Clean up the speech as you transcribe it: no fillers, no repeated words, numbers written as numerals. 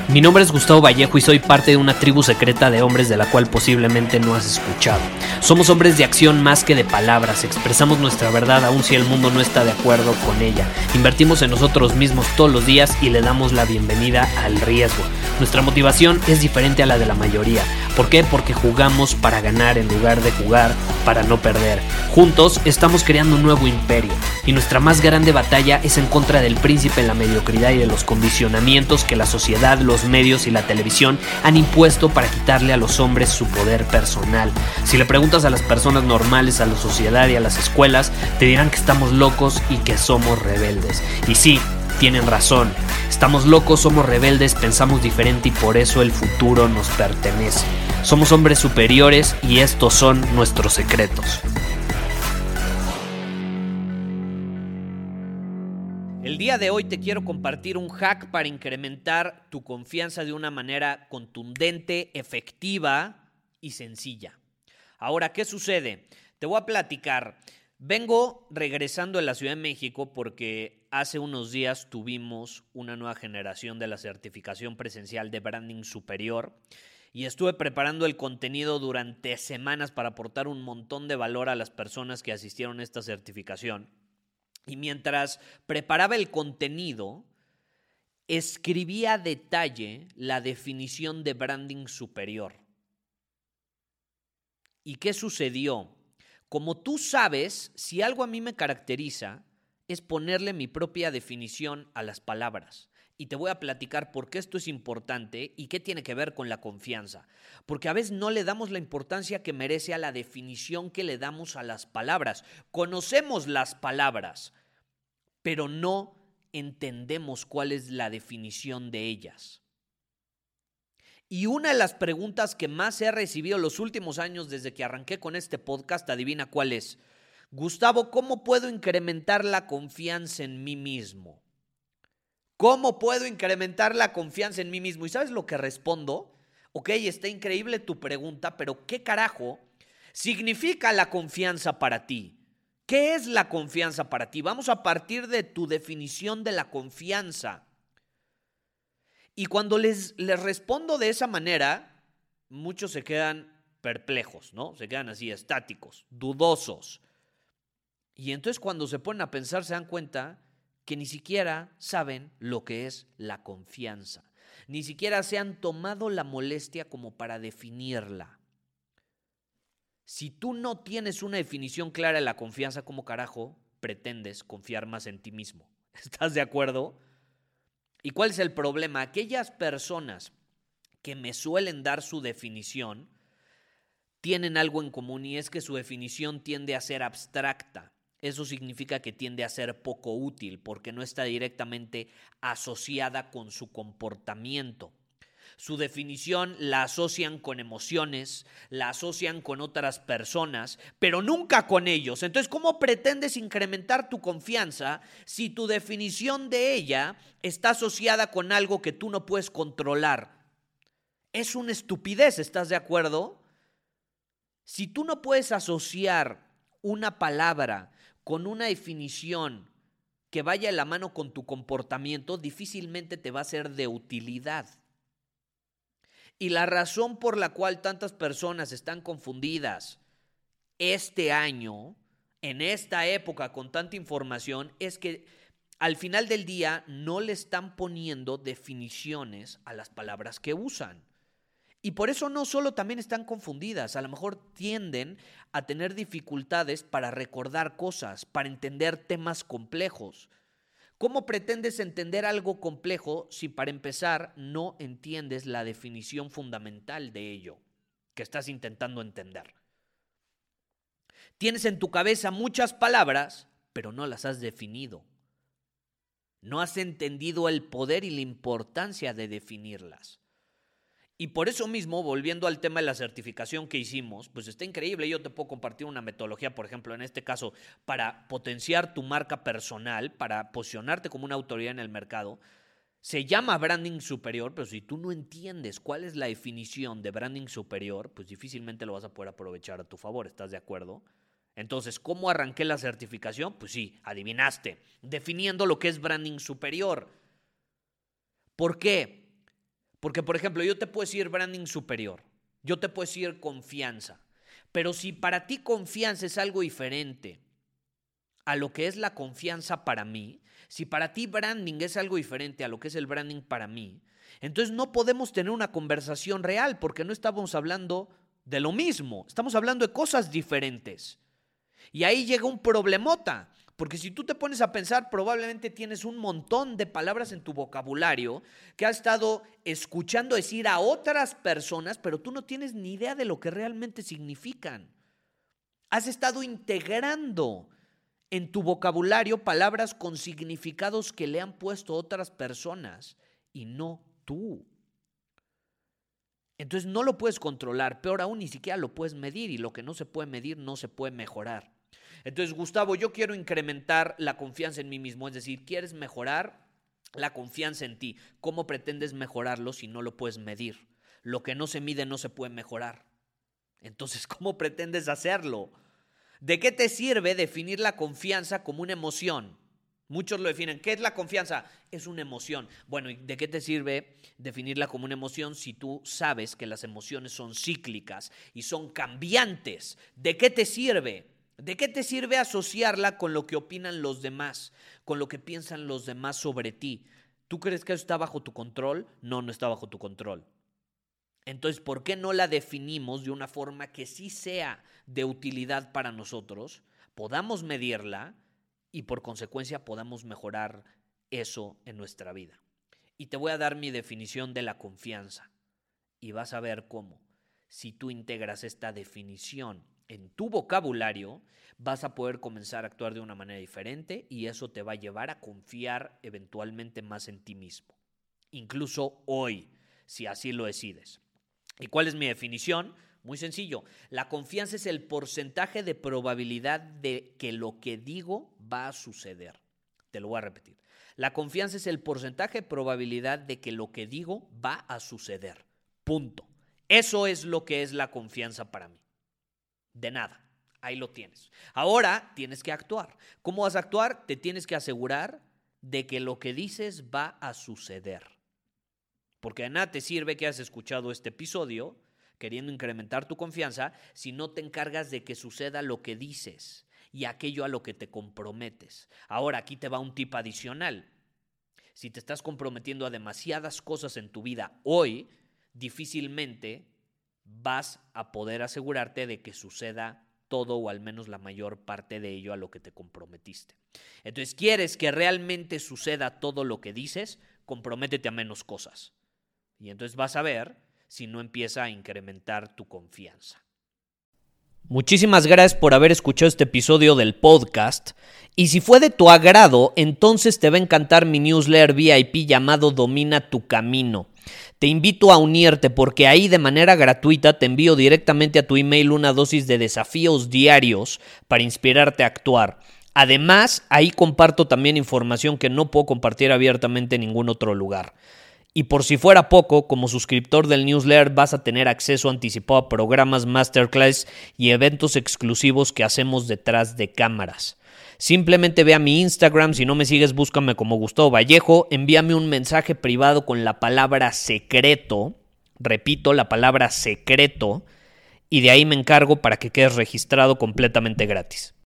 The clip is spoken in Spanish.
Mi nombre es Gustavo Vallejo y soy parte de una tribu secreta de hombres de la cual posiblemente no has escuchado. Somos hombres de acción más que de palabras, expresamos nuestra verdad aun si el mundo no está de acuerdo con ella. Invertimos en nosotros mismos todos los días y le damos la bienvenida al riesgo. Nuestra motivación es diferente a la de la mayoría. ¿Por qué? Porque jugamos para ganar en lugar de jugar para no perder. Juntos estamos creando un nuevo imperio y nuestra más grande batalla es en contra del príncipe, la mediocridad y de los condicionamientos que la sociedad, los medios y la televisión han impuesto para quitarle a los hombres su poder personal. Si le preguntas a las personas normales, a la sociedad y a las escuelas, te dirán que estamos locos y que somos rebeldes. Y sí, tienen razón. Estamos locos, somos rebeldes, pensamos diferente y por eso el futuro nos pertenece. Somos hombres superiores y estos son nuestros secretos. El día de hoy te quiero compartir un hack para incrementar tu confianza de una manera contundente, efectiva y sencilla. Ahora, ¿qué sucede? Te voy a platicar. Vengo regresando a la Ciudad de México porque hace unos días tuvimos una nueva generación de la certificación presencial de branding superior y estuve preparando el contenido durante semanas para aportar un montón de valor a las personas que asistieron a esta certificación. Y mientras preparaba el contenido, escribí a detalle la definición de branding superior. ¿Y qué sucedió? Como tú sabes, si algo a mí me caracteriza es ponerle mi propia definición a las palabras. Y te voy a platicar por qué esto es importante y qué tiene que ver con la confianza. Porque a veces no le damos la importancia que merece a la definición que le damos a las palabras. Conocemos las palabras, pero no entendemos cuál es la definición de ellas. Y una de las preguntas que más he recibido los últimos años desde que arranqué con este podcast, adivina cuál es. Gustavo, ¿cómo puedo incrementar la confianza en mí mismo? ¿Cómo puedo incrementar la confianza en mí mismo? ¿Y sabes lo que respondo? Ok, está increíble tu pregunta, pero ¿qué carajo significa la confianza para ti? ¿Qué es la confianza para ti? Vamos a partir de tu definición de la confianza. Y cuando les respondo de esa manera, muchos se quedan perplejos, ¿no? Se quedan así, estáticos, dudosos. Y entonces cuando se ponen a pensar se dan cuenta que ni siquiera saben lo que es la confianza. Ni siquiera se han tomado la molestia como para definirla. Si tú no tienes una definición clara de la confianza, ¿cómo carajo pretendes confiar más en ti mismo? ¿Estás de acuerdo? ¿Y cuál es el problema? Aquellas personas que me suelen dar su definición tienen algo en común y es que su definición tiende a ser abstracta. Eso significa que tiende a ser poco útil porque no está directamente asociada con su comportamiento. Su definición la asocian con emociones, la asocian con otras personas, pero nunca con ellos. Entonces, ¿cómo pretendes incrementar tu confianza si tu definición de ella está asociada con algo que tú no puedes controlar? Es una estupidez, ¿estás de acuerdo? Si tú no puedes asociar una palabra con una definición que vaya de la mano con tu comportamiento, difícilmente te va a ser de utilidad. Y la razón por la cual tantas personas están confundidas este año, en esta época con tanta información, es que al final del día no le están poniendo definiciones a las palabras que usan. Y por eso no solo también están confundidas, a lo mejor tienden a tener dificultades para recordar cosas, para entender temas complejos. ¿Cómo pretendes entender algo complejo si para empezar no entiendes la definición fundamental de ello que estás intentando entender? Tienes en tu cabeza muchas palabras, pero no las has definido. No has entendido el poder y la importancia de definirlas. Y por eso mismo, volviendo al tema de la certificación que hicimos, pues está increíble. Yo te puedo compartir una metodología, por ejemplo, en este caso, para potenciar tu marca personal, para posicionarte como una autoridad en el mercado. Se llama branding superior, pero si tú no entiendes cuál es la definición de branding superior, pues difícilmente lo vas a poder aprovechar a tu favor. ¿Estás de acuerdo? Entonces, ¿cómo arranqué la certificación? Pues sí, adivinaste, definiendo lo que es branding superior. ¿Por qué? Porque, por ejemplo, yo te puedo decir branding superior, yo te puedo decir confianza, pero si para ti confianza es algo diferente a lo que es la confianza para mí, si para ti branding es algo diferente a lo que es el branding para mí, entonces no podemos tener una conversación real porque no estamos hablando de lo mismo, estamos hablando de cosas diferentes. Y ahí llega un problemota, porque si tú te pones a pensar, probablemente tienes un montón de palabras en tu vocabulario que has estado escuchando decir a otras personas, pero tú no tienes ni idea de lo que realmente significan. Has estado integrando en tu vocabulario palabras con significados que le han puesto otras personas y no tú. Entonces no lo puedes controlar, peor aún, ni siquiera lo puedes medir, y lo que no se puede medir no se puede mejorar. Entonces, Gustavo, yo quiero incrementar la confianza en mí mismo, es decir, ¿quieres mejorar la confianza en ti? ¿Cómo pretendes mejorarlo si no lo puedes medir? Lo que no se mide no se puede mejorar. Entonces, ¿cómo pretendes hacerlo? ¿De qué te sirve definir la confianza como una emoción? Muchos lo definen. ¿Qué es la confianza? Es una emoción. Bueno, ¿y de qué te sirve definirla como una emoción si tú sabes que las emociones son cíclicas y son cambiantes? ¿De qué te sirve? ¿De qué te sirve asociarla con lo que opinan los demás, con lo que piensan los demás sobre ti? ¿Tú crees que eso está bajo tu control? No, no está bajo tu control. Entonces, ¿por qué no la definimos de una forma que sí sea de utilidad para nosotros, podamos medirla y por consecuencia podamos mejorar eso en nuestra vida? Y te voy a dar mi definición de la confianza y vas a ver cómo. Si tú integras esta definición en tu vocabulario, vas a poder comenzar a actuar de una manera diferente y eso te va a llevar a confiar eventualmente más en ti mismo. Incluso hoy, si así lo decides. ¿Y cuál es mi definición? Muy sencillo. La confianza es el porcentaje de probabilidad de que lo que digo va a suceder. Te lo voy a repetir. La confianza es el porcentaje de probabilidad de que lo que digo va a suceder. Punto. Eso es lo que es la confianza para mí. De nada. Ahí lo tienes. Ahora tienes que actuar. ¿Cómo vas a actuar? Te tienes que asegurar de que lo que dices va a suceder. Porque de nada te sirve que has escuchado este episodio queriendo incrementar tu confianza si no te encargas de que suceda lo que dices y aquello a lo que te comprometes. Ahora, aquí te va un tip adicional. Si te estás comprometiendo a demasiadas cosas en tu vida hoy, difícilmente vas a poder asegurarte de que suceda todo o al menos la mayor parte de ello a lo que te comprometiste. Entonces, ¿quieres que realmente suceda todo lo que dices? Comprométete a menos cosas. Y entonces vas a ver si no empieza a incrementar tu confianza. Muchísimas gracias por haber escuchado este episodio del podcast. Y si fue de tu agrado, entonces te va a encantar mi newsletter VIP llamado Domina tu Camino. Te invito a unirte porque ahí de manera gratuita te envío directamente a tu email una dosis de desafíos diarios para inspirarte a actuar. Además, ahí comparto también información que no puedo compartir abiertamente en ningún otro lugar. Y por si fuera poco, como suscriptor del newsletter vas a tener acceso anticipado a programas, masterclass y eventos exclusivos que hacemos detrás de cámaras. Simplemente ve a mi Instagram, si no me sigues búscame como Gustavo Vallejo, envíame un mensaje privado con la palabra secreto, repito, la palabra secreto, y de ahí me encargo para que quedes registrado completamente gratis.